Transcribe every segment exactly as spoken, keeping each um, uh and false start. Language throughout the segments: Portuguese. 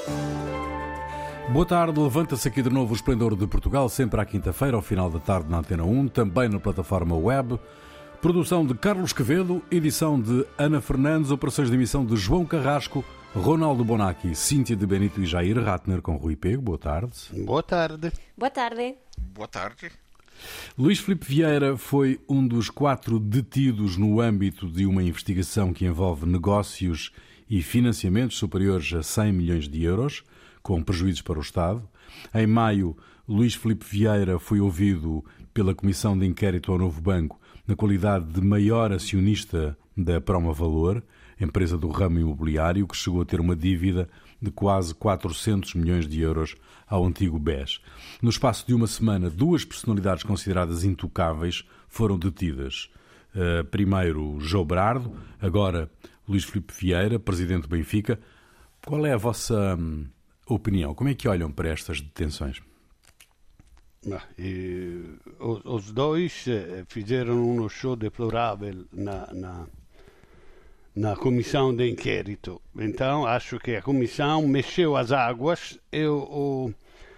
Boa tarde, levanta-se aqui de novo o Esplendor de Portugal, sempre à quinta-feira, ao final da tarde na Antena um, também na plataforma web. Produção de Carlos Quevedo, edição de Ana Fernandes, operações de emissão de João Carrasco, Ronaldo Bonacci, Cíntia de Benito e Jair Ratner com Rui Pego. Boa tarde. Boa tarde. Boa tarde. Boa tarde. Luís Filipe Vieira foi um dos quatro detidos no âmbito de uma investigação que envolve negócios e financiamentos superiores a cem milhões de euros, com prejuízos para o Estado. Em maio, Luís Filipe Vieira foi ouvido pela Comissão de Inquérito ao Novo Banco na qualidade de maior acionista da Proma Valor, empresa do ramo imobiliário, que chegou a ter uma dívida de quase quatrocentos milhões de euros ao antigo B E S. No espaço de uma semana, duas personalidades consideradas intocáveis foram detidas. Uh, primeiro, João Berardo, agora Luís Filipe Vieira, presidente do Benfica. Qual é a vossa hum, opinião? Como é que olham para estas detenções? E, os, os dois fizeram um show deplorável na, na, na comissão de inquérito. Então, acho que a comissão mexeu as águas e o, o,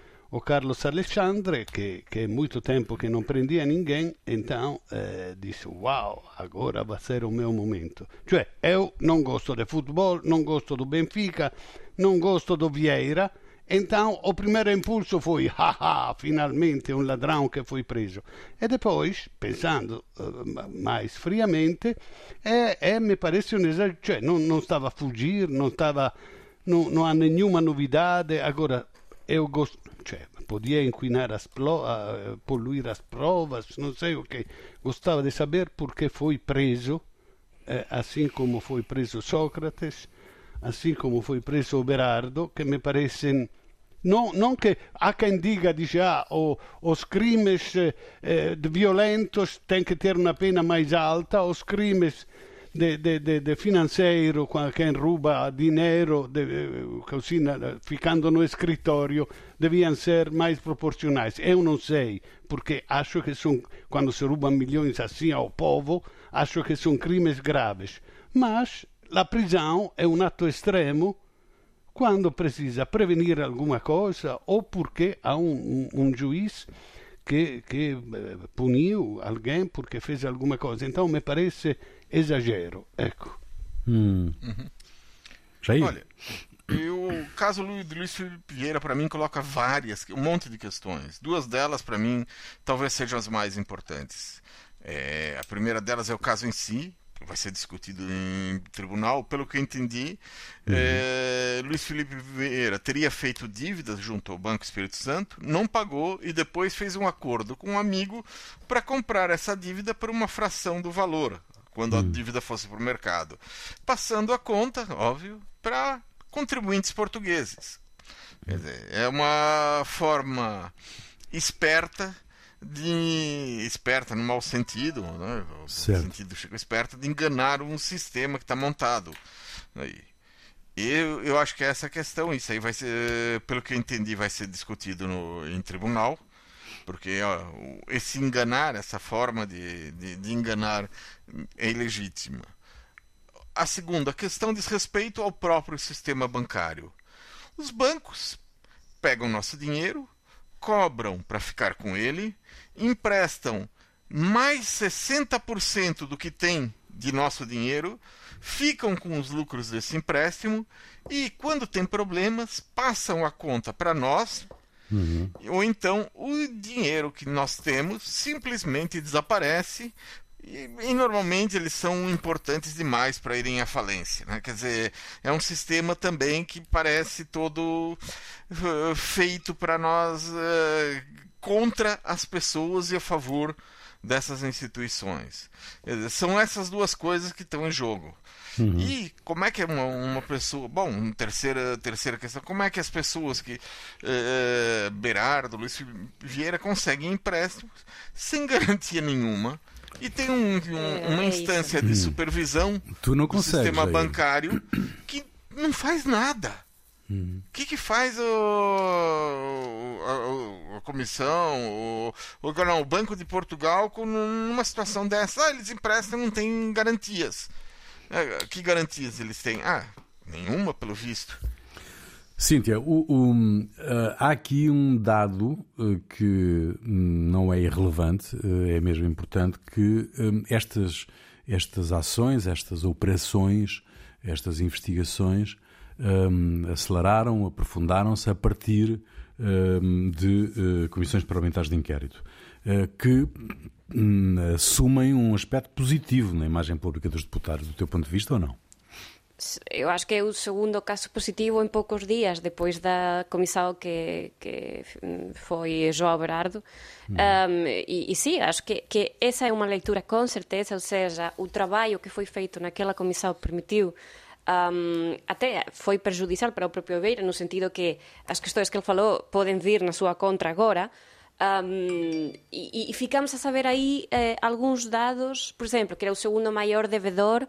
o Carlos Alexandre, que, que é muito tempo que não prendia ninguém, então eh, disse, uau, agora vai ser o meu momento. Cioè, eu não gosto de futebol, não gosto do Benfica, não gosto do Vieira. Então, o primeiro impulso foi, haha, finalmente um ladrão que foi preso. E depois, pensando uh, mais friamente, é, é, me parece um exagero, cioè, não, não estava a fugir, não, estava, não, não há nenhuma novidade. Agora, eu gosto, cioè, podia inquinar as plo, uh, poluir as provas, não sei o que. Gostava de saber por que foi preso, eh, assim como foi preso Sócrates, assim como foi preso o Berardo, que me parecem... Não, não que há quem diga, diz, ah, o, os crimes eh, de violentos têm que ter uma pena mais alta, os crimes de, de, de, de financeiro, quem rouba dinheiro, de, così, ficando no escritório, deviam ser mais proporcionais. Eu não sei, porque acho que são, quando se roubam milhões assim ao povo, acho que são crimes graves. Mas a prisão é um ato extremo quando precisa prevenir alguma coisa ou porque há um, um, um juiz que, que uh, puniu alguém porque fez alguma coisa. Então me parece exagero. Ecco. Hum. Uhum. Jair? Olha, eu, o caso do Luís Filipe Vieira, para mim, coloca várias, um monte de questões. Duas delas, para mim, talvez sejam as mais importantes. É, a primeira delas é o caso em si, vai ser discutido em tribunal. Pelo que eu entendi, uhum. é, Luís Filipe Vieira teria feito dívidas junto ao Banco Espírito Santo, não pagou e depois fez um acordo com um amigo para comprar essa dívida por uma fração do valor, quando uhum. a dívida fosse para o mercado, passando a conta, óbvio, para contribuintes portugueses. Quer dizer, é uma forma esperta de esperta no mau sentido, né? No sentido esperta de enganar um sistema que está montado. Eu, eu acho que é essa a questão. Isso aí vai ser, pelo que eu entendi, vai ser discutido no, em tribunal, porque ó, esse enganar, essa forma de, de, de enganar é ilegítima. A segunda questão diz respeito ao próprio sistema bancário. Os bancos pegam nosso dinheiro, cobram para ficar com ele, emprestam mais sessenta por cento do que tem de nosso dinheiro, ficam com os lucros desse empréstimo e, quando tem problemas, passam a conta para nós, uhum. ou então o dinheiro que nós temos simplesmente desaparece. E, e normalmente eles são importantes demais para irem à falência, né? Quer dizer, é um sistema também que parece todo uh, feito para nós uh, contra as pessoas e a favor dessas instituições. Quer dizer, são essas duas coisas que estão em jogo. Uhum. E como é que uma, uma pessoa... Bom, terceira, terceira questão, como é que as pessoas que uh, Berardo, Luís Vieira conseguem empréstimos sem garantia nenhuma e tem um, um, uma instância de supervisão tu não do consegues, sistema aí. bancário que não faz nada. O hum. que, que faz o, a, a comissão, o, o, não, o Banco de Portugal com, numa situação dessa? Ah, eles emprestam, não tem garantias. Que garantias eles têm? Ah, nenhuma, pelo visto. Cíntia, o, o, uh, há aqui um dado uh, que não é irrelevante, uh, é mesmo importante, que um, estas, estas ações, estas operações, estas investigações um, aceleraram, aprofundaram-se a partir um, de uh, comissões parlamentares de inquérito, uh, que um, assumem um aspecto positivo na imagem pública dos deputados, do teu ponto de vista, ou não? Eu acho que é o segundo caso positivo em poucos dias, depois da comissão que, que foi João Berardo. Hum. Um, e, e sim, acho que, que essa é uma leitura com certeza, ou seja, o trabalho que foi feito naquela comissão permitiu, um, até foi prejudicial para o próprio Beira, no sentido que as questões que ele falou podem vir na sua contra agora. Um, e, e ficamos a saber aí eh, alguns dados, por exemplo, que era o segundo maior devedor,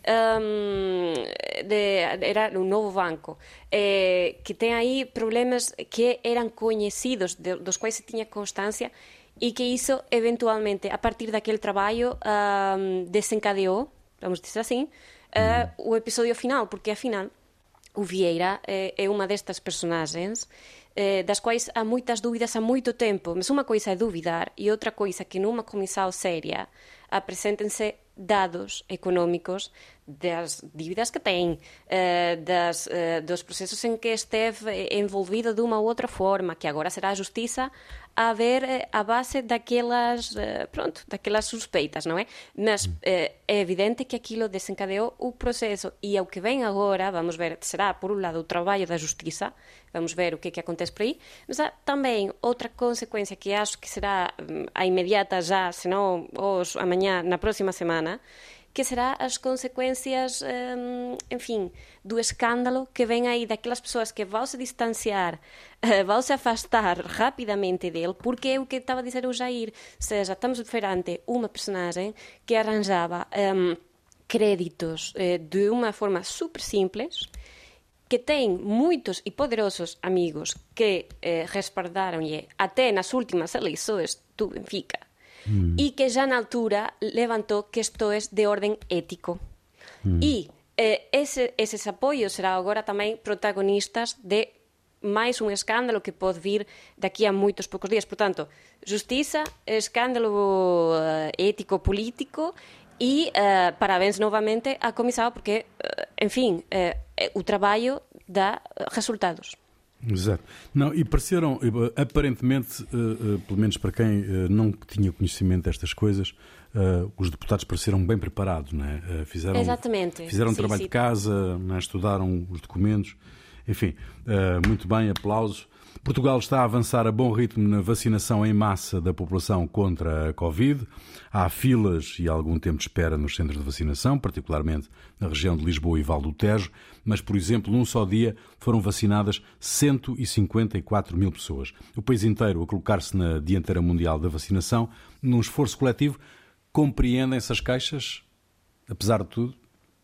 um, de, era um novo banco, eh, que tem aí problemas que eram conhecidos, de, dos quais se tinha constância, e que isso, eventualmente, a partir daquele trabalho, um, desencadeou, vamos dizer assim, uh, o episódio final, porque, afinal, o Vieira é, é uma destas personagens eh, das quais há muitas dúvidas há muito tempo, mas uma coisa é duvidar e outra coisa é que numa comissão séria apresentem-se dados económicos das dívidas que tem, eh, das, eh, dos processos em que esteve envolvido de uma ou outra forma, que agora será a justiça a ver eh, a base daquelas, eh, pronto, daquelas suspeitas, não é? Mas eh, é evidente que aquilo desencadeou o processo e ao que vem agora, vamos ver, será por um lado o trabalho da justiça, vamos ver o que é que acontece por aí, mas há também outra consequência que acho que será hum, a imediata já, se não hoje, amanhã, na próxima semana, que será as consequências, hum, enfim, do escândalo que vem aí daquelas pessoas que vão se distanciar, uh, vão se afastar rapidamente dele, porque é o que estava a dizer o Jair, ou seja, estamos perante uma personagem que arranjava um, créditos uh, de uma forma super simples, que tem muitos e poderosos amigos que eh, respaldaram-lhe até nas últimas eleições do Benfica, mm. e que já na altura levantou questões de ordem ético. Mm. E eh, esse, esses apoios serão agora também protagonistas de mais um escândalo que pode vir daqui a muitos poucos dias. Portanto, justiça, escândalo uh, ético-político e uh, parabéns novamente à comissão, porque, uh, enfim, uh, o trabalho dá resultados. Exato. Não, e pareceram, aparentemente, uh, uh, pelo menos para quem uh, não tinha conhecimento destas coisas, uh, os deputados pareceram bem preparados, não é? Uh, fizeram, Exatamente. Fizeram sim, trabalho sim. de casa, não é? Estudaram os documentos, enfim, uh, muito bem, aplausos. Portugal está a avançar a bom ritmo na vacinação em massa da população contra a Covid. Há filas e algum tempo de espera nos centros de vacinação, particularmente na região de Lisboa e Val do Tejo, mas, por exemplo, num só dia foram vacinadas cento e cinquenta e quatro mil pessoas. O país inteiro a colocar-se na dianteira mundial da vacinação, num esforço coletivo. Compreendem essas queixas, apesar de tudo?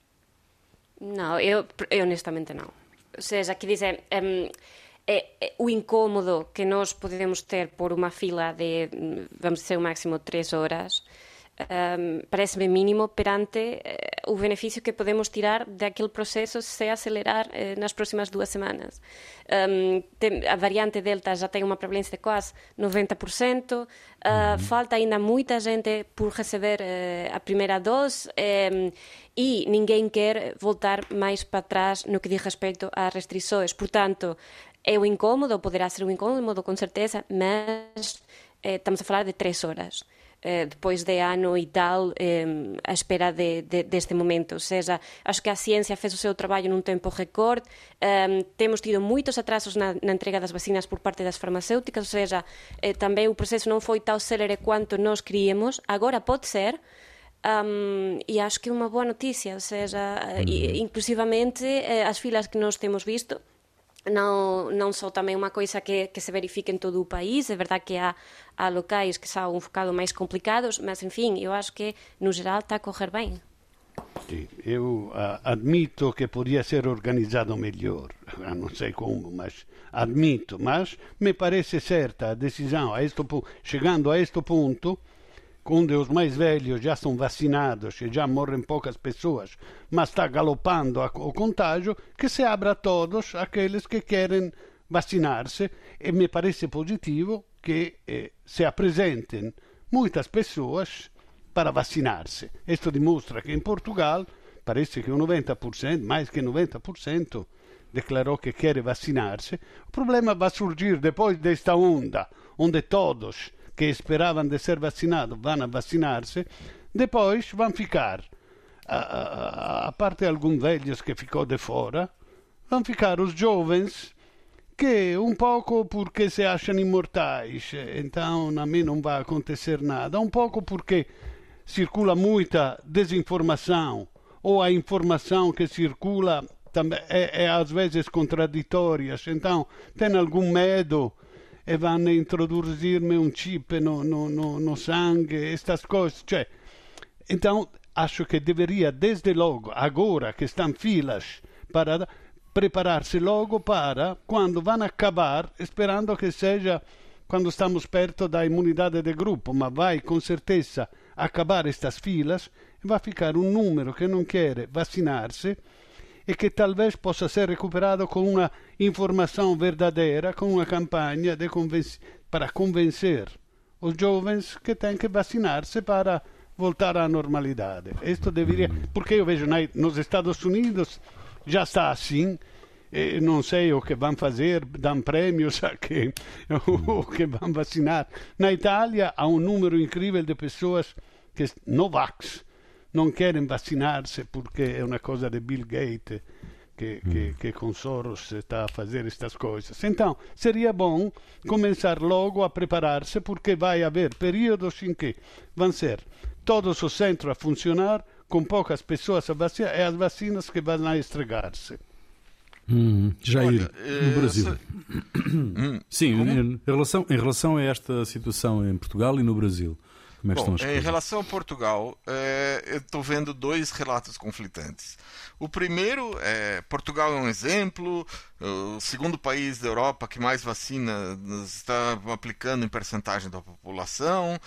Não, eu, eu honestamente não. Ou seja, que dizem... Um, É, é, o incómodo que nós podemos ter por uma fila de, vamos dizer, o máximo três horas, um, parece-me mínimo perante uh, o benefício que podemos tirar daquele processo se acelerar uh, nas próximas duas semanas. Um, tem, a variante Delta já tem uma prevalência de quase noventa por cento, uh, falta ainda muita gente por receber uh, a primeira dose, um, e ninguém quer voltar mais para trás no que diz respeito às restrições. Portanto, é um incómodo, poderá ser um incómodo, com certeza, mas eh, estamos a falar de três horas. Eh, depois de ano e tal, eh, à espera de, de, deste momento. Ou seja, acho que a ciência fez o seu trabalho num tempo recorde. Eh, temos tido muitos atrasos na, na entrega das vacinas por parte das farmacêuticas, ou seja, eh, também o processo não foi tão célere quanto nós queríamos. Agora pode ser. Um, e acho que é uma boa notícia, ou seja, uhum. inclusivamente as filas que nós temos visto não, não são também uma coisa que, que se verifica em todo o país. É verdade que há, há locais que são um bocado mais complicados, mas enfim, eu acho que no geral está a correr bem. Sim, eu uh, admito que podia ser organizado melhor, não sei como, mas admito, mas me parece certa a decisão, a este, chegando a este ponto, onde os mais velhos já são vacinados e já morrem poucas pessoas, mas está galopando o contágio, que se abra a todos aqueles que querem vacinar-se, e me parece positivo que eh, se apresentem muitas pessoas para vacinar-se. Isto dimostra que em Portugal parece que o noventa por cento, mais que noventa por cento, declarou que quer vacinar-se. O problema vai surgir depois desta onda, onde todos que esperavam de ser vacinados vão a vacinar-se, depois vão ficar, a, a, a parte alguns velhos que ficou de fora, vão ficar os jovens que um pouco porque se acham imortais, então a mim não vai acontecer nada, um pouco porque circula muita desinformação, ou a informação que circula também é, é às vezes contraditória, então tem algum medo e vanno a introdurre-me um chip no, no, no, no sangue, estas coisas. Cioè, então, acho que deveria, desde logo, agora que estão filas, para preparar-se logo para, quando vão acabar, esperando que seja quando estamos perto da imunidade de grupo, mas vai com certeza acabar estas filas e vai ficar um número que não quer vacinar-se e que talvez possa ser recuperado com uma informação verdadeira, com uma campanha de convenci- para convencer os jovens que têm que vacinar-se para voltar à normalidade. Isto deveria, porque eu vejo na, nos Estados Unidos já está assim, e não sei o que vão fazer, dão prêmios a quem o que vão vacinar. Na Itália há um número incrível de pessoas que Novax não querem vacinar-se porque é uma coisa de Bill Gates que, mm. que, que com Soros está a fazer estas coisas. Então, seria bom começar logo a preparar-se, porque vai haver períodos em que vão ser todos os centros a funcionar com poucas pessoas a vacinar e as vacinas que vão a estragar-se. Hum, Jair, Olha, no Brasil. Essa... Sim, em relação, em relação a esta situação em Portugal e no Brasil. Como é que Bom, estão as em coisas? relação a Portugal, é, eu estou vendo dois relatos conflitantes. O primeiro é Portugal é um exemplo, o segundo país da Europa que mais vacina está aplicando em percentagem da população.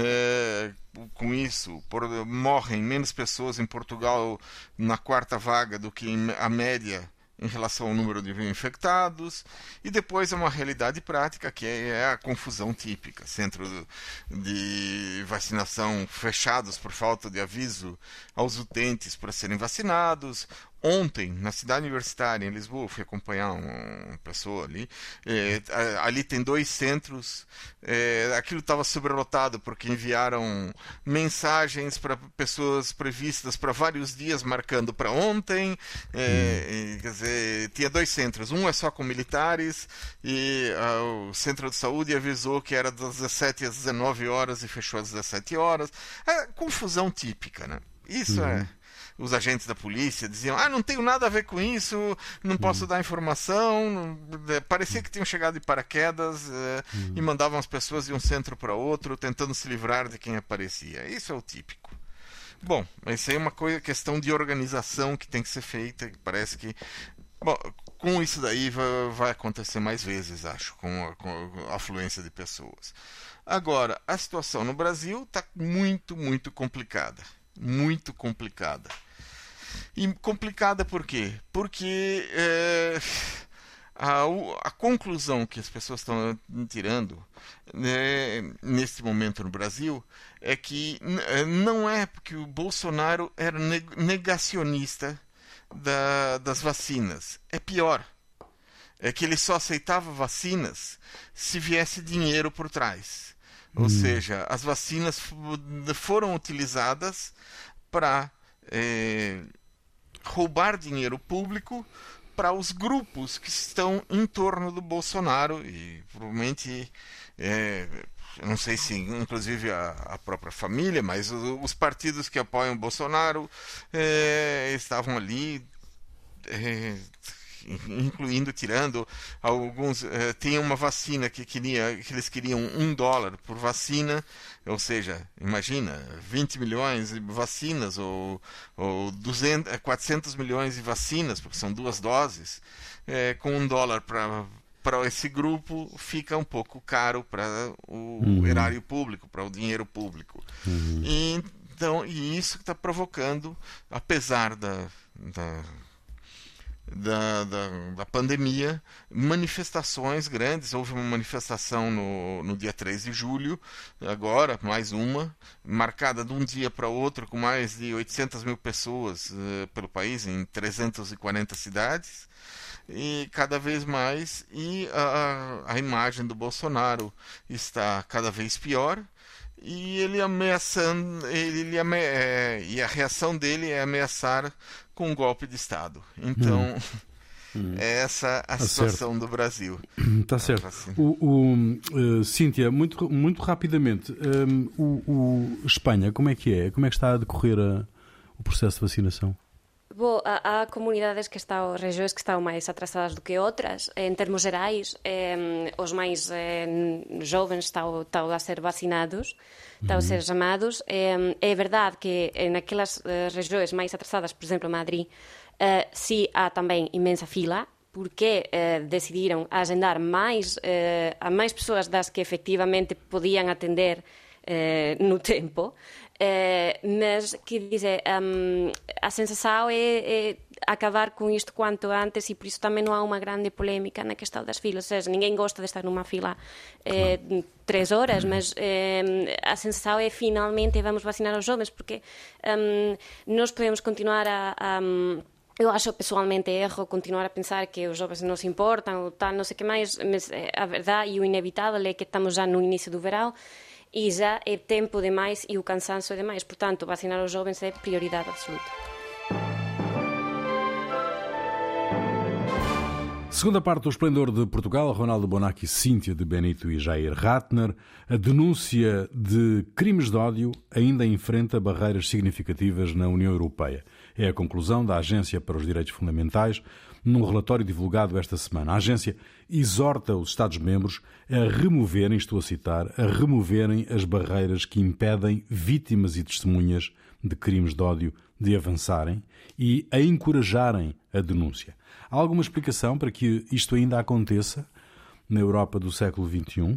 É, com isso, por, morrem menos pessoas em Portugal na quarta vaga do que a média em relação ao número de infectados, e depois é uma realidade prática que é a confusão típica, centro de vacinação fechados por falta de aviso aos utentes para serem vacinados. Ontem, na cidade universitária, em Lisboa, eu fui acompanhar uma pessoa ali. É, ali tem dois centros. É, aquilo estava sobrelotado porque enviaram mensagens para pessoas previstas para vários dias, marcando para ontem. É, e, quer dizer, tinha dois centros. Um é só com militares e ah, o centro de saúde avisou que era das dezessete às dezenove horas e fechou às dezessete horas. É, confusão típica, né? Isso uhum. é... Os agentes da polícia diziam, ah, não tenho nada a ver com isso, não posso hum. dar informação. Não... Parecia que tinham chegado de paraquedas eh, hum. e mandavam as pessoas de um centro para outro, tentando se livrar de quem aparecia. Isso é o típico. Bom, isso aí é uma coisa, questão de organização que tem que ser feita. Parece que... Bom, com isso daí vai, vai acontecer mais vezes, acho, com a, com a afluência de pessoas. Agora, a situação no Brasil está muito, muito complicada. Muito complicada. E complicada por quê? Porque é, a, a conclusão que as pessoas estão tirando né, nesse momento no Brasil é que não é porque o Bolsonaro era negacionista da, das vacinas. É pior. É que ele só aceitava vacinas se viesse dinheiro por trás. Ou hum. seja, as vacinas foram utilizadas para é, roubar dinheiro público para os grupos que estão em torno do Bolsonaro e provavelmente, é, não sei se inclusive a, a própria família, mas os, os partidos que apoiam o Bolsonaro é, estavam ali... É, incluindo, tirando alguns, eh, tem uma vacina que, queria, que eles queriam um dólar por vacina, ou seja, imagina, vinte milhões de vacinas ou, ou duzentos, quatrocentos milhões de vacinas, porque são duas doses, eh, com um dólar para para esse grupo fica um pouco caro para o Uhum. erário público, para o dinheiro público. Uhum. E, então, e isso está provocando, apesar da, da, da, da, da pandemia, manifestações grandes. Houve uma manifestação no, no dia três de julho, agora, mais uma, marcada de um dia para outro, com mais de oitocentas mil pessoas uh, pelo país, em trezentas e quarenta cidades. E cada vez mais, e a, a imagem do Bolsonaro está cada vez pior, e ele ameaçando, ele, ele ame, é, e a reação dele é ameaçar com um golpe de Estado. Então, hum. é essa a tá situação certo. do Brasil. Está certo. Assim. O, o, uh, Cíntia, muito, muito rapidamente, um, o, o Espanha, como é que é? Como é que está a decorrer a, o processo de vacinação? Bo, há comunidades que estão, regiões que estão mais atrasadas do que outras. Em termos gerais, eh, os mais eh, jovens estão, estão a ser vacinados, estão a ser chamados. Eh, é verdade que naquelas eh, regiões mais atrasadas, por exemplo, Madrid, eh, sim há também imensa fila, porque eh, decidiram agendar mais, eh, a mais pessoas das que efetivamente podiam atender eh, no tempo. Uh, mas, quer dizer, um, a sensação é, é acabar com isto quanto antes, e por isso também não há uma grande polémica na questão das filas. Ou seja, ninguém gosta de estar numa fila eh, três horas, mas eh, a sensação é finalmente vamos vacinar os jovens, porque um, nós podemos continuar a... a eu acho pessoalmente erro continuar a pensar que os jovens não se importam ou tal, não sei o que mais, mas a verdade e o inevitável é que estamos já no início do verão e já é tempo demais e o cansaço é demais. Portanto, vacinar os jovens é prioridade absoluta. Segunda parte do Esplendor de Portugal, Ronaldo Bonacci, Cíntia de Benito e Jair Ratner. A denúncia de crimes de ódio ainda enfrenta barreiras significativas na União Europeia. É a conclusão da Agência para os Direitos Fundamentais num relatório divulgado esta semana. A agência exorta os Estados-membros a removerem, estou a citar, a removerem as barreiras que impedem vítimas e testemunhas de crimes de ódio de avançarem e a encorajarem a denúncia. Há alguma explicação para que isto ainda aconteça na Europa do século vinte e um?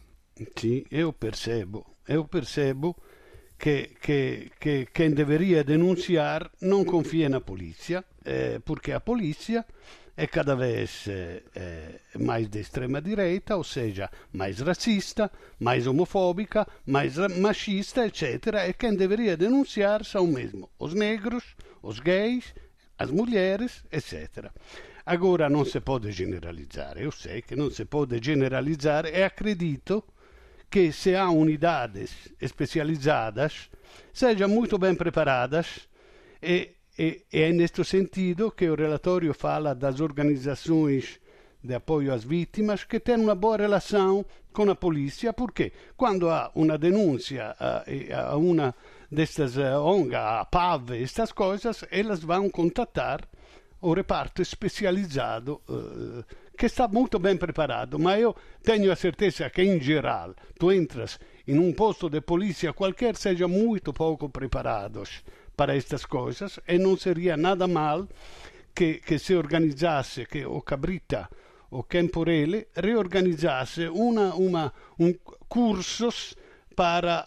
Sim, eu percebo. Eu percebo que, que, que quem deveria denunciar não confia na polícia, eh, porque a polícia é cada vez eh, eh, mais de extrema direita, ou seja, mais racista, mais homofóbica, mais machista, etcétera. E quem deveria denunciar são mesmo os negros, os gays, as mulheres, etcétera. Agora não se pode generalizar, eu sei que não se pode generalizar e acredito que se há unidades especializadas, sejam muito bem preparadas e, e, e é neste sentido que o relatório fala das organizações de apoio às vítimas que têm uma boa relação com a polícia, porque quando há uma denúncia a, a uma destas O N G, a P A V, estas coisas, elas vão contatar o reparto especializado uh, que está muito bem preparado, mas eu tenho a certeza que, em geral, tu entras em um posto de polícia qualquer, sejam muito pouco preparados para estas coisas, e não seria nada mal que, que se organizasse, que o Cabrita, o quem por ele, reorganizasse uma, uma, um cursos para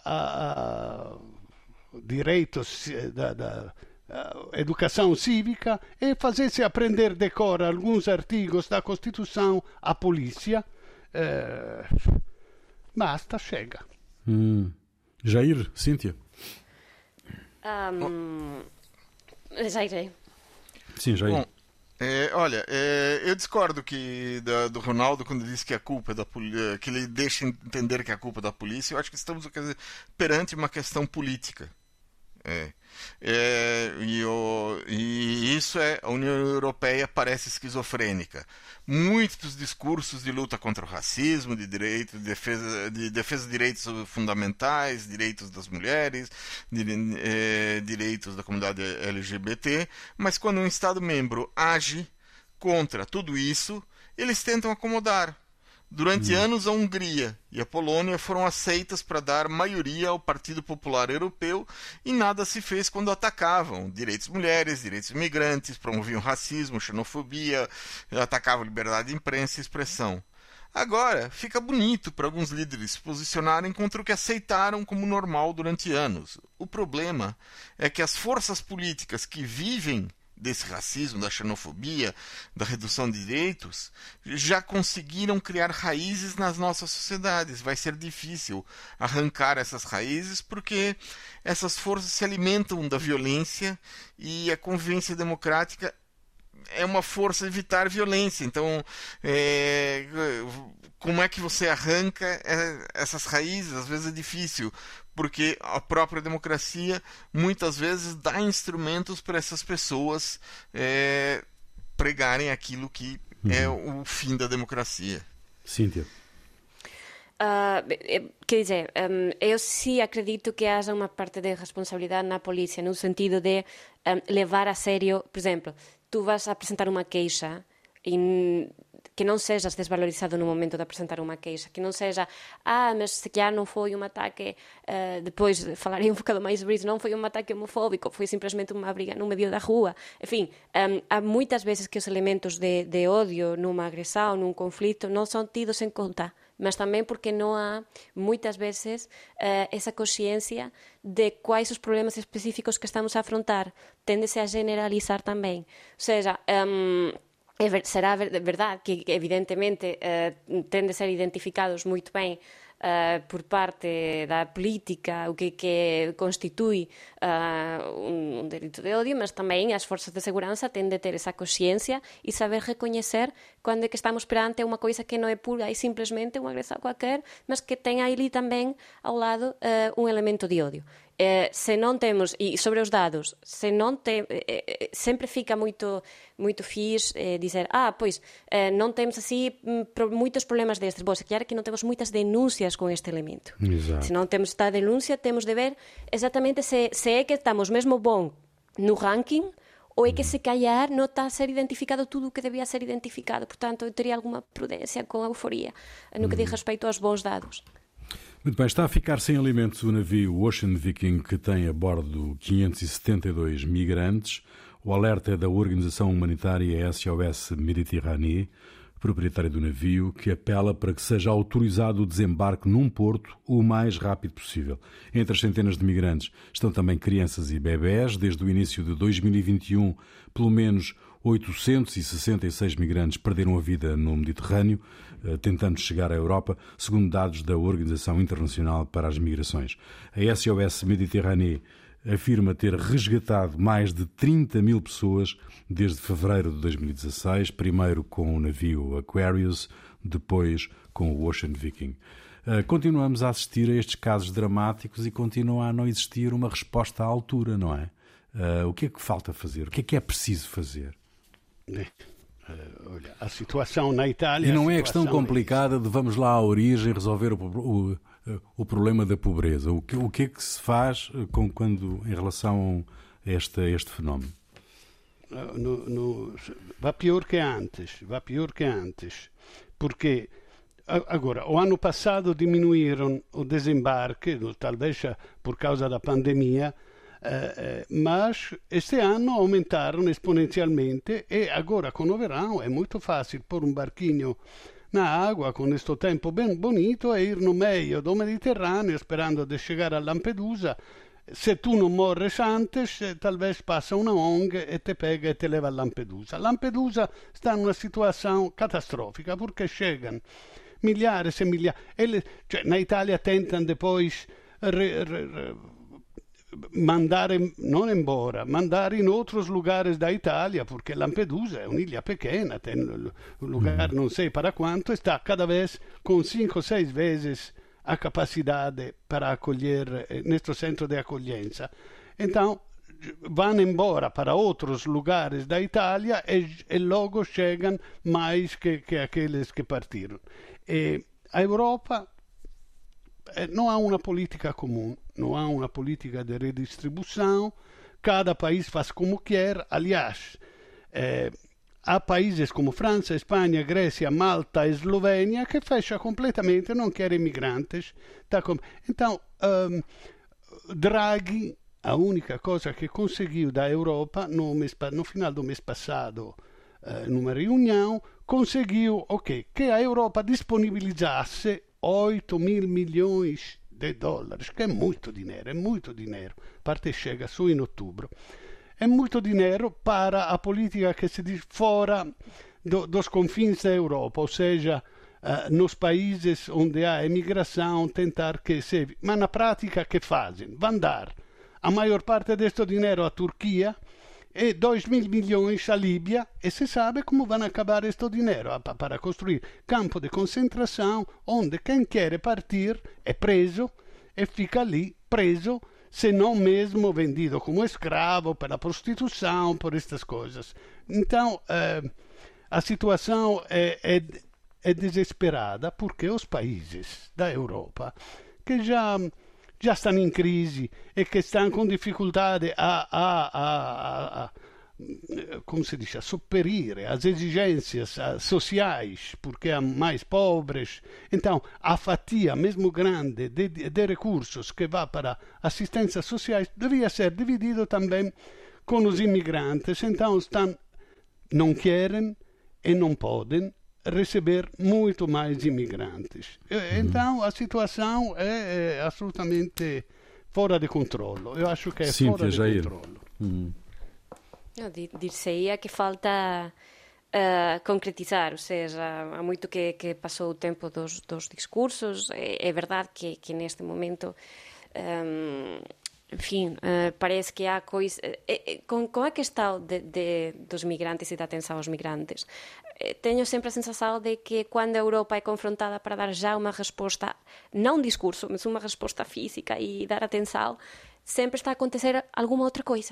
uh, uh, direitos da, da Uh, educação cívica e fazesse aprender de cor alguns artigos da Constituição à polícia. Uh, basta, chega. Hum. Jair, Cíntia. Um, Jair. Sim, Jair. Bom, é, olha, é, eu discordo que da, do Ronaldo quando ele diz que a culpa é da polícia, que ele deixa entender que é a culpa da polícia. Eu acho que estamos quer dizer, perante uma questão política. É. É, e, o, e isso é, a União Europeia parece esquizofrênica. Muitos discursos de luta contra o racismo, de, direito, de, defesa, de defesa de direitos fundamentais, direitos das mulheres, de, é, direitos da comunidade L G B T, mas quando um Estado-membro age contra tudo isso, eles tentam acomodar. Durante hum. anos, a Hungria e a Polônia foram aceitas para dar maioria ao Partido Popular Europeu e nada se fez quando atacavam direitos de mulheres, direitos imigrantes, promoviam racismo, xenofobia, atacavam liberdade de imprensa e expressão. Agora, fica bonito para alguns líderes se posicionarem contra o que aceitaram como normal durante anos. O problema é que as forças políticas que vivem desse racismo, da xenofobia, da redução de direitos, já conseguiram criar raízes nas nossas sociedades. Vai ser difícil arrancar essas raízes porque essas forças se alimentam da violência e a convivência democrática é uma força de evitar violência. Então, é, como é que você arranca essas raízes? Às vezes é difícil, porque a própria democracia muitas vezes dá instrumentos para essas pessoas é, pregarem aquilo que uhum. é o fim da democracia. Cíntia. Uh, quer dizer, um, eu sim acredito que haja uma parte de responsabilidade na polícia, no sentido de um, levar a sério, por exemplo, tu vas apresentar uma queixa e que não sejas desvalorizado no momento de apresentar uma queixa, que não seja, ah, mas se calhar não foi um ataque, uh, depois falarei um bocado mais sobre isso, não foi um ataque homofóbico, foi simplesmente uma briga no meio da rua. Enfim, um, há muitas vezes que os elementos de, de ódio numa agressão, num conflito, não são tidos em conta, mas também porque não há, muitas vezes, uh, essa consciência de quais os problemas específicos que estamos a afrontar. Tende-se a generalizar também. Ou seja, um, é ver, será ver, verdade que, evidentemente, uh, tende a ser identificados muito bem Uh, por parte da política, o que, que constitui uh, um, um delito de ódio, mas também as forças de segurança têm de ter essa consciência e saber reconhecer quando é que estamos perante uma coisa que não é pura e simplesmente uma agressão qualquer, mas que tem ali também ao lado uh, um elemento de ódio. Uh, se não temos, e sobre os dados, se não tem, uh, uh, sempre fica muito, muito fixe uh, dizer, ah, pois, uh, não temos assim pro, muitos problemas destes. Bom, se calhar que não temos muitas denúncias com este elemento. Exato. Se não temos esta denúncia, temos de ver exatamente se, se é que estamos mesmo bom no ranking ou é que se calhar não está a ser identificado tudo o que devia ser identificado. Portanto, eu teria alguma prudência com a euforia no que diz respeito aos bons dados. Muito bem, está a ficar sem alimentos o navio Ocean Viking, que tem a bordo quinhentos e setenta e dois migrantes. O alerta é da organização humanitária S O S Méditerranée, proprietária do navio, que apela para que seja autorizado o desembarque num porto o mais rápido possível. Entre as centenas de migrantes estão também crianças e bebés. Desde o início de dois mil e vinte e um, pelo menos oitocentos e sessenta e seis migrantes perderam a vida no Mediterrâneo, tentando chegar à Europa, segundo dados da Organização Internacional para as Migrações. A S O S Méditerranée afirma ter resgatado mais de trinta mil pessoas desde fevereiro de dois mil e dezasseis, primeiro com o navio Aquarius, depois com o Ocean Viking. Continuamos a assistir a estes casos dramáticos e continua a não existir uma resposta à altura, não é? O que é que falta fazer? O que é que é preciso fazer? Olha, a situação na Itália... E não é questão complicada de vamos lá à origem resolver o, o, o problema da pobreza. O que, o que é que se faz com, quando, em relação a este, a este fenómeno? No, no, va pior que antes, va pior que antes, porque agora, o ano passado diminuíram o desembarque, talvez por causa da pandemia, Uh, mas este ano aumentaram exponencialmente e agora com o verão é muito fácil pôr um barquinho na água com este tempo bem bonito e ir no meio do Mediterrâneo esperando de chegar a Lampedusa. Se tu não morres antes, talvez passa uma O N G e te pega e te leva a Lampedusa. Lampedusa está numa situação catastrófica porque chegam milhares e milhares. Eles, cioè, na Itália tentam depois re, re, re, mandare, non embora, mandare in outros lugares da Itália, porque Lampedusa é uma ilha pequena, tem um lugar não sei para quanto, está cada vez com cinco, seis vezes a capacidade para acolher neste centro de acolhença. Então, vão embora para outros lugares da Itália e, e logo chegam mais que, que aqueles que partiram. E a Europa não há uma política comum, não há uma política de redistribuição, cada país faz como quer. Aliás, eh, há países como França, Espanha, Grécia, Malta e Eslovênia que fecham completamente, não querem imigrantes. Tá com... Então, um, Draghi, a única coisa que conseguiu da Europa no, mês, no final do mês passado, uh, numa reunião, conseguiu okay, que a Europa disponibilizasse oito mil milhões de dólares, que é muito dinheiro, é muito dinheiro. A parte chega só em outubro. É muito dinheiro para a política que se diz fora do, dos confins da Europa, ou seja, uh, nos países onde há imigração, tentar que se... Mas na prática, que fazem? Vão dar a maior parte deste dinheiro à Turquia e dois mil milhões à Líbia, e se sabe como vão acabar este dinheiro, para construir campo de concentração, onde quem quer partir é preso e fica ali preso, se não mesmo vendido como escravo pela prostituição, por estas coisas. Então, eh, a situação é, é, é desesperada, porque os países da Europa, que já, já estão em crise e que estão com dificuldade a, a, a, a como se diz, a superar as exigências sociais, porque há mais pobres. Então, a fatia, mesmo grande, de, de recursos que vai para assistências sociais, devia ser dividido também com os imigrantes. Então, estão, não querem e não podem receber muito mais imigrantes. Então, a situação é, é absolutamente fora de controle. Eu acho que é Cíntia, fora de Jair. controle. Hum. No, dir-se-ia que falta uh, concretizar, ou seja, há muito que, que passou o tempo dos, dos discursos. É, é verdade que, que neste momento, um, enfim, uh, parece que há coisa... É, é, com, com a questão de, de, dos migrantes e da atenção aos migrantes, tenho sempre a sensação de que quando a Europa é confrontada para dar já uma resposta, não um discurso, mas uma resposta física e dar atenção, sempre está a acontecer alguma outra coisa.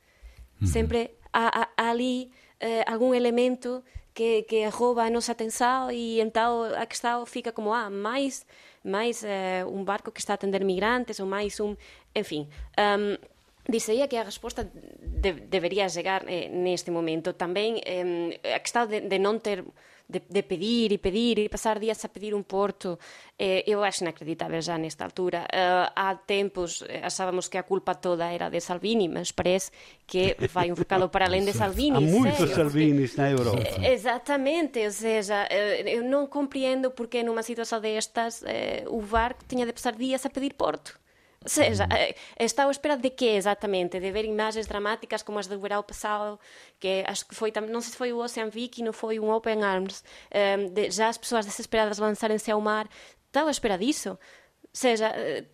Sempre há, há, há ali uh, algum elemento que, que rouba a nossa atenção e então a questão fica como, ah, mais, mais uh, um barco que está a atender migrantes ou mais um... Enfim, um, dizia que a resposta de, deveria chegar eh, neste momento. Também eh, a questão de, de não ter... De, de pedir e pedir e passar dias a pedir um porto, eh, eu acho inacreditável já nesta altura. Uh, há tempos eh, achávamos que a culpa toda era de Salvini, mas parece que vai um bocado para além de Salvini. Há muitos sério, Salvinis porque, na Europa. Eh, exatamente, ou seja, eh, eu não compreendo porque numa situação destas eh, o barco tinha de passar dias a pedir porto. Ou seja, está à espera de quê exatamente? De ver imagens dramáticas como as do verão passado, que acho que foi, não sei se foi o Ocean Viking, não foi um Open Arms, um, de, já as pessoas desesperadas lançarem-se ao mar. Está à espera disso? Ou seja,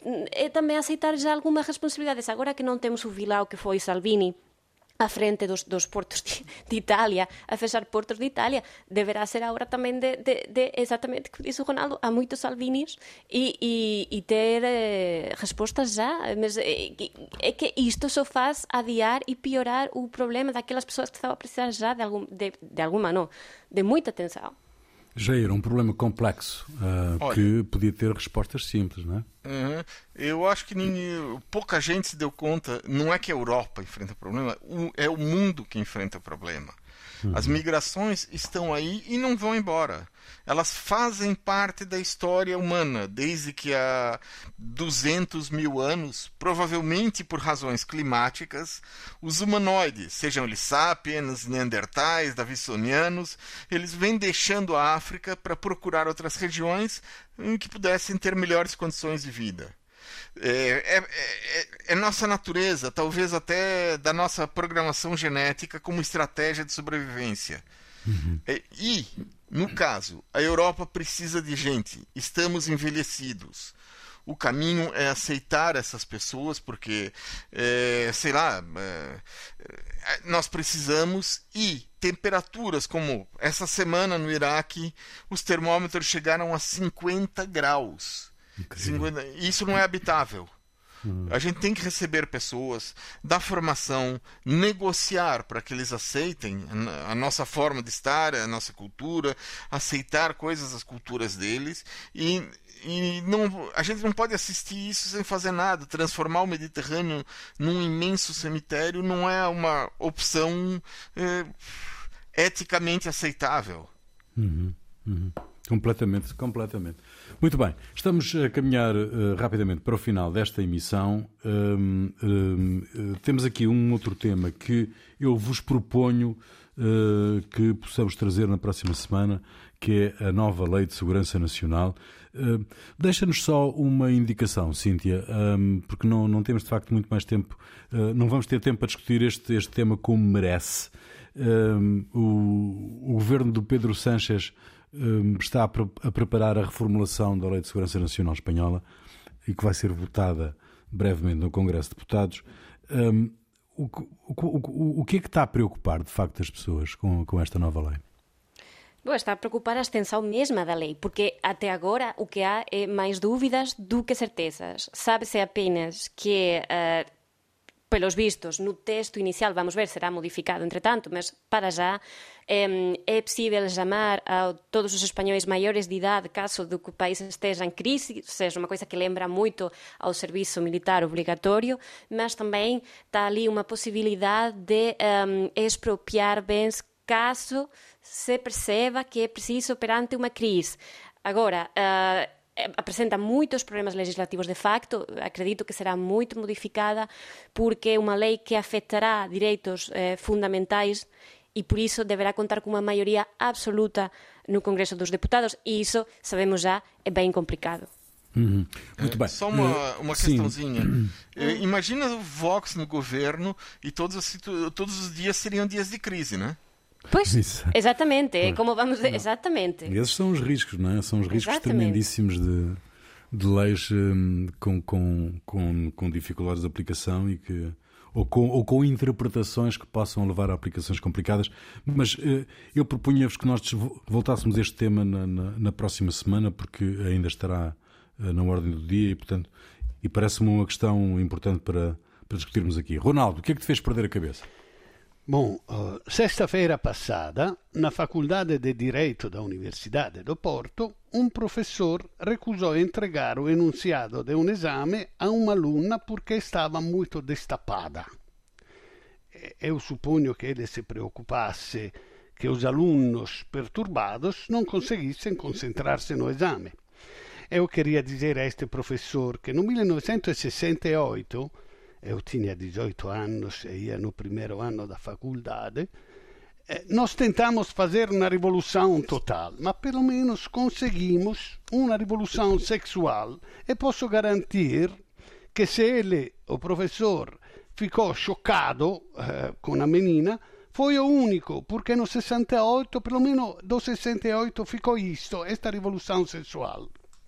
é também aceitar já algumas responsabilidades. Agora que não temos o vilão que foi Salvini à frente dos, dos portos de, de Itália, a fechar portos de Itália, deverá ser a hora também de, de, de exatamente, como disse o Ronaldo, há muitos Salvinis e, e, e ter eh, respostas já. Mas é, é que isto só faz adiar e piorar o problema daquelas pessoas que estavam a precisar já de, algum, de, de alguma, não, de muita atenção. Jair, um problema complexo uh, Olha, que podia ter respostas simples, não é? Uhum. Eu acho que ninguém, pouca gente se deu conta. Não é que a Europa enfrenta o problema, é o mundo que enfrenta o problema. Uhum. As migrações estão aí e não vão embora. Elas fazem parte da história humana, desde que há duzentos mil anos, provavelmente por razões climáticas, os humanoides, sejam eles sapiens, neandertais, davidsonianos, eles vêm deixando a África para procurar outras regiões em que pudessem ter melhores condições de vida. É, é, é, é nossa natureza, talvez até da nossa programação genética como estratégia de sobrevivência. Uhum. É, e, no caso, a Europa precisa de gente. Estamos envelhecidos. O caminho é aceitar essas pessoas, porque, é, sei lá, é, nós precisamos. E temperaturas como essa semana no Iraque, os termômetros chegaram a cinquenta graus. cinquenta, isso não é habitável. Uhum. A gente tem que receber pessoas, dar formação, negociar para que eles aceitem a nossa forma de estar, a nossa cultura, aceitar coisas das culturas deles. E, e não, a gente não pode assistir isso sem fazer nada. Transformar o Mediterrâneo num imenso cemitério não é uma opção é, eticamente aceitável. Uhum. Uhum. Completamente, completamente. Muito bem, estamos a caminhar uh, rapidamente para o final desta emissão. Um, um, uh, temos aqui um outro tema que eu vos proponho uh, que possamos trazer na próxima semana, que é a nova Lei de Segurança Nacional. Uh, deixa-nos só uma indicação, Cíntia, um, porque não, não temos de facto muito mais tempo, uh, não vamos ter tempo para discutir este, este tema como merece. Um, o, o governo do Pedro Sánchez um, está a, pre- a preparar a reformulação da Lei de Segurança Nacional Espanhola e que vai ser votada brevemente no Congresso de Deputados. Um, o, o, o, o que é que está a preocupar, de facto, as pessoas com, com esta nova lei? Bom, está a preocupar a extensão mesma da lei, porque até agora o que há é mais dúvidas do que certezas. Sabe-se apenas que, uh, pelos vistos, no texto inicial, vamos ver, será modificado entretanto, mas para já um, é possível chamar a todos os espanhóis maiores de idade, caso do que o país esteja em crise, ou seja, uma coisa que lembra muito ao serviço militar obrigatório, mas também está ali uma possibilidade de um, expropriar bens caso se perceba que é preciso perante uma crise. Agora, uh, apresenta muitos problemas legislativos de facto, acredito que será muito modificada porque é uma lei que afetará direitos eh, fundamentais e por isso deverá contar com uma maioria absoluta no Congresso dos Deputados e isso, sabemos já, é bem complicado. Uhum. Muito bem. Só uma, uma questãozinha. Imagina o Vox no governo e todos os, todos os dias seriam dias de crise, né? Pois, Isso. exatamente, é como vamos dizer, exatamente. Esses são os riscos, não é? São os riscos Exatamente. tremendíssimos de, de leis hum, com, com, com, com dificuldades de aplicação e que, ou, com, ou com interpretações que possam levar a aplicações complicadas. Mas eh, eu propunha-vos que nós voltássemos a este tema na, na, na próxima semana, porque ainda estará eh, na ordem do dia e, portanto, e parece-me uma questão importante para, para discutirmos aqui. Ronaldo, o que é que te fez perder a cabeça? Bom, uh, sexta-feira passada, na Faculdade de Direito da Universidade do Porto, um professor recusou entregar o enunciado de um exame a uma aluna porque estava muito destapada. Eu suponho que ele se preocupasse que os alunos perturbados não conseguissem concentrar-se no esame. Eu queria dizer a este professor que no mil novecentos e sessenta e oito eu tinha dezoito anos e ia no primeiro ano da faculdade, eh, nós tentamos fazer uma revolução total, mas pelo menos conseguimos uma revolução sexual e posso garantir que se ele, o professor, ficou chocado eh, com a menina, foi o único, porque no sessenta e oito, pelo menos do sessenta e oito, ficou isto, esta revolução sexual.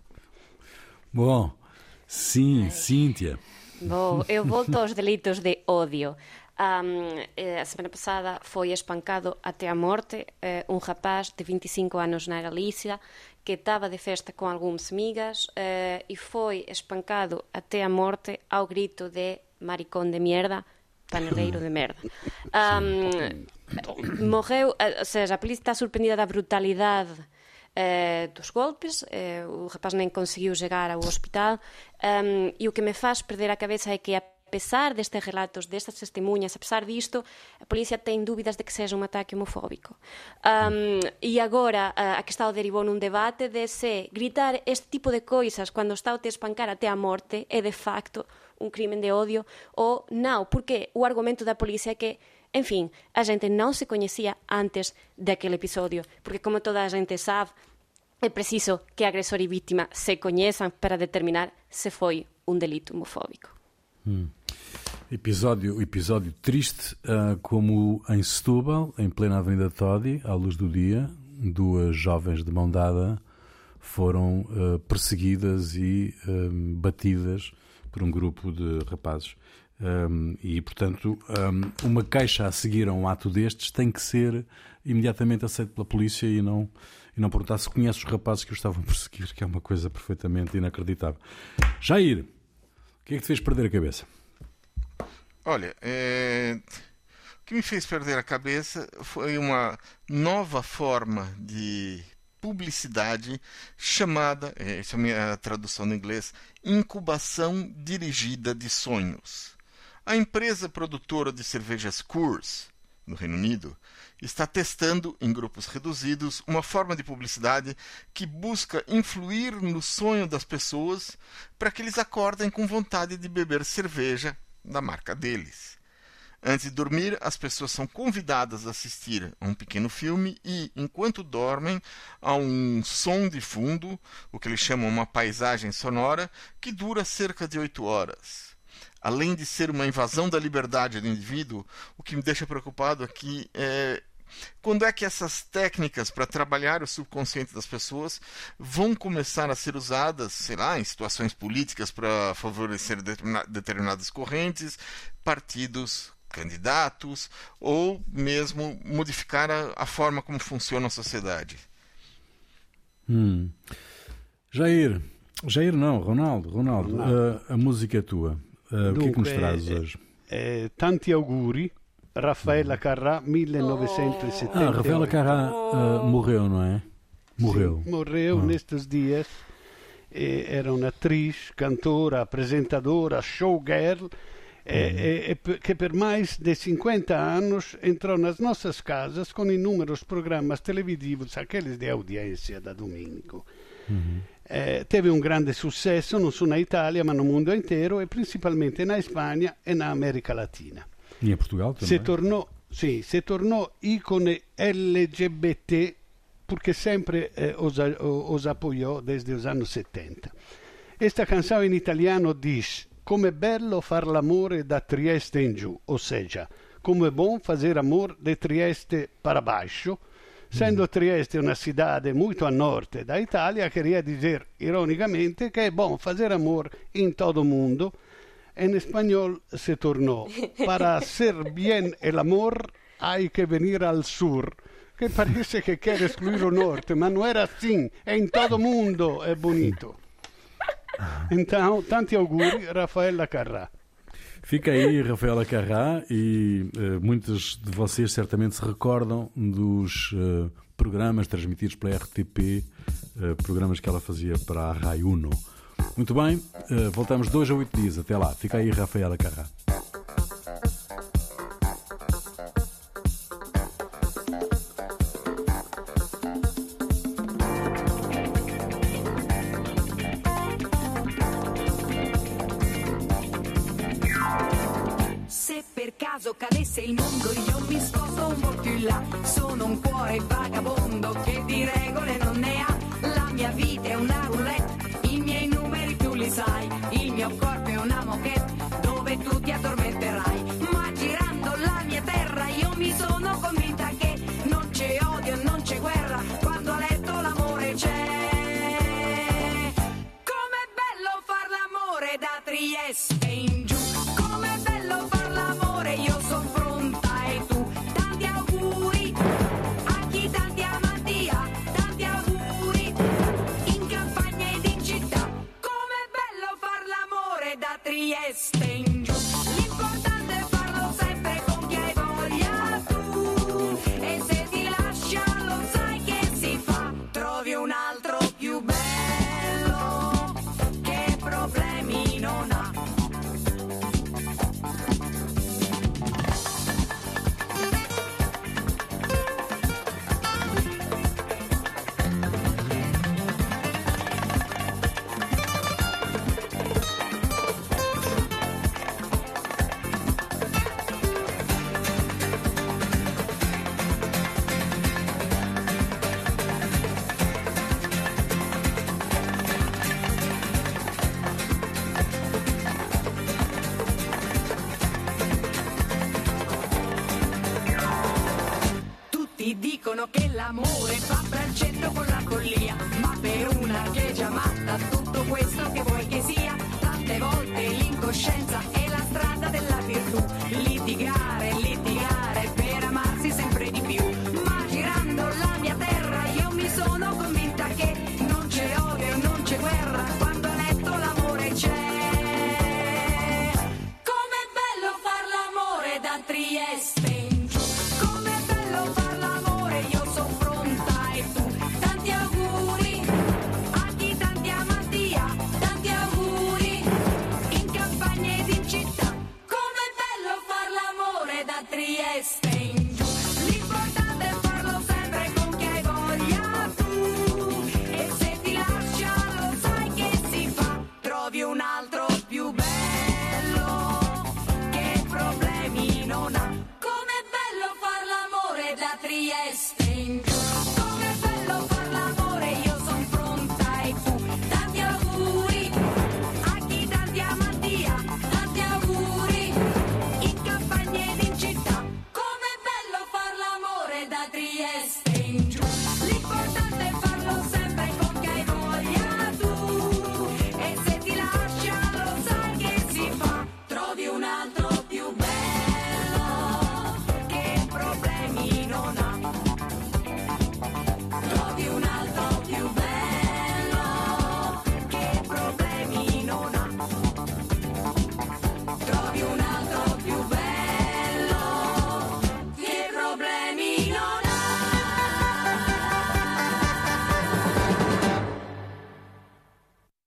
Bom, sim, Cíntia. Bom, eu volto aos delitos de ódio. Um, a semana passada foi espancado até a morte uh, um rapaz de vinte e cinco anos na Galícia que estava de festa com algumas amigas uh, e foi espancado até a morte ao grito de maricón de mierda, paneleiro de merda. Um, morreu, ou seja, a polícia está surpreendida da brutalidade Uh, dos golpes, uh, o rapaz nem conseguiu chegar ao hospital um, e o que me faz perder a cabeça é que apesar destes relatos, destas testemunhas, apesar disto, a polícia tem dúvidas de que seja um ataque homofóbico. Um, e agora uh, a questão derivou num debate de se gritar este tipo de coisas quando está a te espancar até a morte é de facto um crime de ódio ou não, porque o argumento da polícia é que enfim, a gente não se conhecia antes daquele episódio, porque como toda a gente sabe, é preciso que agressor e vítima se conheçam para determinar se foi um delito homofóbico. Hum. Episódio, episódio triste, uh, como em Setúbal, em plena Avenida Todi, à luz do dia, duas jovens de mão dada foram uh, perseguidas e uh, batidas por um grupo de rapazes. Um, e, portanto, um, uma queixa a seguir a um ato destes tem que ser imediatamente aceito pela polícia e não, e não perguntar se conhece os rapazes que o estavam a perseguir, que é uma coisa perfeitamente inacreditável. Jair, o que é que te fez perder a cabeça? Olha, é... o que me fez perder a cabeça foi uma nova forma de publicidade chamada, essa é a minha tradução no inglês, incubação dirigida de sonhos. A empresa produtora de cervejas Coors, no Reino Unido, está testando, em grupos reduzidos, uma forma de publicidade que busca influir no sonho das pessoas para que eles acordem com vontade de beber cerveja da marca deles. Antes de dormir, as pessoas são convidadas a assistir a um pequeno filme e, enquanto dormem, há um som de fundo, o que eles chamam uma paisagem sonora, que dura cerca de oito horas. Além de ser uma invasão da liberdade do indivíduo, o que me deixa preocupado aqui é quando é que essas técnicas para trabalhar o subconsciente das pessoas vão começar a ser usadas, sei lá, em situações políticas para favorecer determinadas correntes, partidos, candidatos, ou mesmo modificar a, a forma como funciona a sociedade. Hum. Jair, Jair não, Ronaldo, Ronaldo, Ronaldo. Uh, a música é tua. Uh, Dunque, o que é que nos trazes é, hoje? É, tanti auguri, Raffaella Carrà, millenovecentosettanta. Ah, Raffaella Carrà uh, morreu, não é? Morreu. Sim, morreu ah. nestes dias. E era un'attrice, cantora, apresentadora, showgirl, e, e, e, que per mais de cinquenta anos entrou nas nossas casas com inúmeros programas televisivos, aqueles de audiência da domingo. Uhum. Eh, teve un grande successo non solo na Itália, ma no mundo inteiro e principalmente na Spagna e na América Latina. E em Portugal também. Se tornou, sì, se tornou ícone L G B T porque sempre eh, os, os apoiou desde os anos settanta. Esta canzone in italiano dice: come bello far l'amore da Trieste in giù, o seja, como é bom fazer amor de Trieste para baixo. Sendo Trieste una cidade muito a norte da Itália, queria dizer ironicamente que é bom fazer amor em todo o mundo. Em espanhol se tornou: para hacer bien el amor hay que venir al sur, que parece que quer excluir o norte, mas não era assim, é em todo o mundo, é bonito. Então, tanti auguri, Raffaella Carrà. Fica aí Raffaella Carrà e uh, muitos de vocês certamente se recordam dos uh, programas transmitidos pela R T P, uh, programas que ela fazia para a Rai Uno. Muito bem, uh, voltamos dois a oito dias. Até lá. Fica aí Raffaella Carrà. Cadesse il mondo, io mi sposto un po' più in là. Sono un cuore vagabondo che di regole non ne ha. La mia vita è una roulette, i miei numeri tu li sai. Il mio corpo è una moquette dove tu ti addormenterai. Ma girando la mia terra io mi sono convinta che non c'è odio, non c'è guerra, quando a letto l'amore c'è. Com'è bello far l'amore da Trieste in giù. Com'è bello far l'amore, io sono pronta e tu. Tanti auguri a chi tanti amanti ha. Tanti auguri in campagna ed in città. Com'è bello far l'amore da Trieste in giù. L'importante è farlo sempre con chi hai voglia tu. E se ti lascia lo sai che si fa. Trovi un altro più bello che problemi non ha. Dicono che l'amore fa braccetto con la follia, ma per una che è già matta tutto questo che vuoi che sia. Tante volte l'incoscienza è la strada della virtù. Litigare, litigare per amarsi sempre di più. Ma girando la mia terra io mi sono convinta che non c'è odio, non c'è guerra, quando a letto l'amore c'è. Com'è bello far l'amore da Trieste in giù. Com'è bello far l'amore, io sono pronta e tu. Tanti auguri a chi tanti amanti ha. Tanti auguri in campagna ed in città. Com'è bello far l'amore da Trieste in giù. Com'è bello far l'amore, io son pronta e tu. Tanti auguri a chi tanti a Mattia, tanti auguri in campagna ed in città. Com'è bello far l'amore da Trieste.